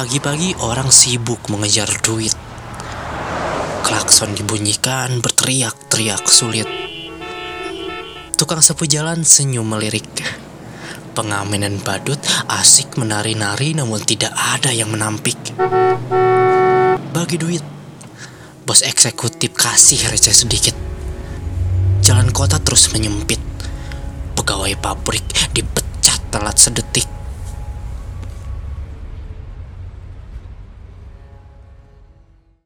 Pagi-pagi orang sibuk mengejar duit. Klakson dibunyikan berteriak-teriak sulit. Tukang sapu jalan senyum melirik. Pengamen dan badut asik menari-nari namun tidak ada yang menampik. Bagi duit. Bos eksekutif kasih receh sedikit. Jalan kota terus menyempit. Pegawai pabrik dipecat telat sedetik.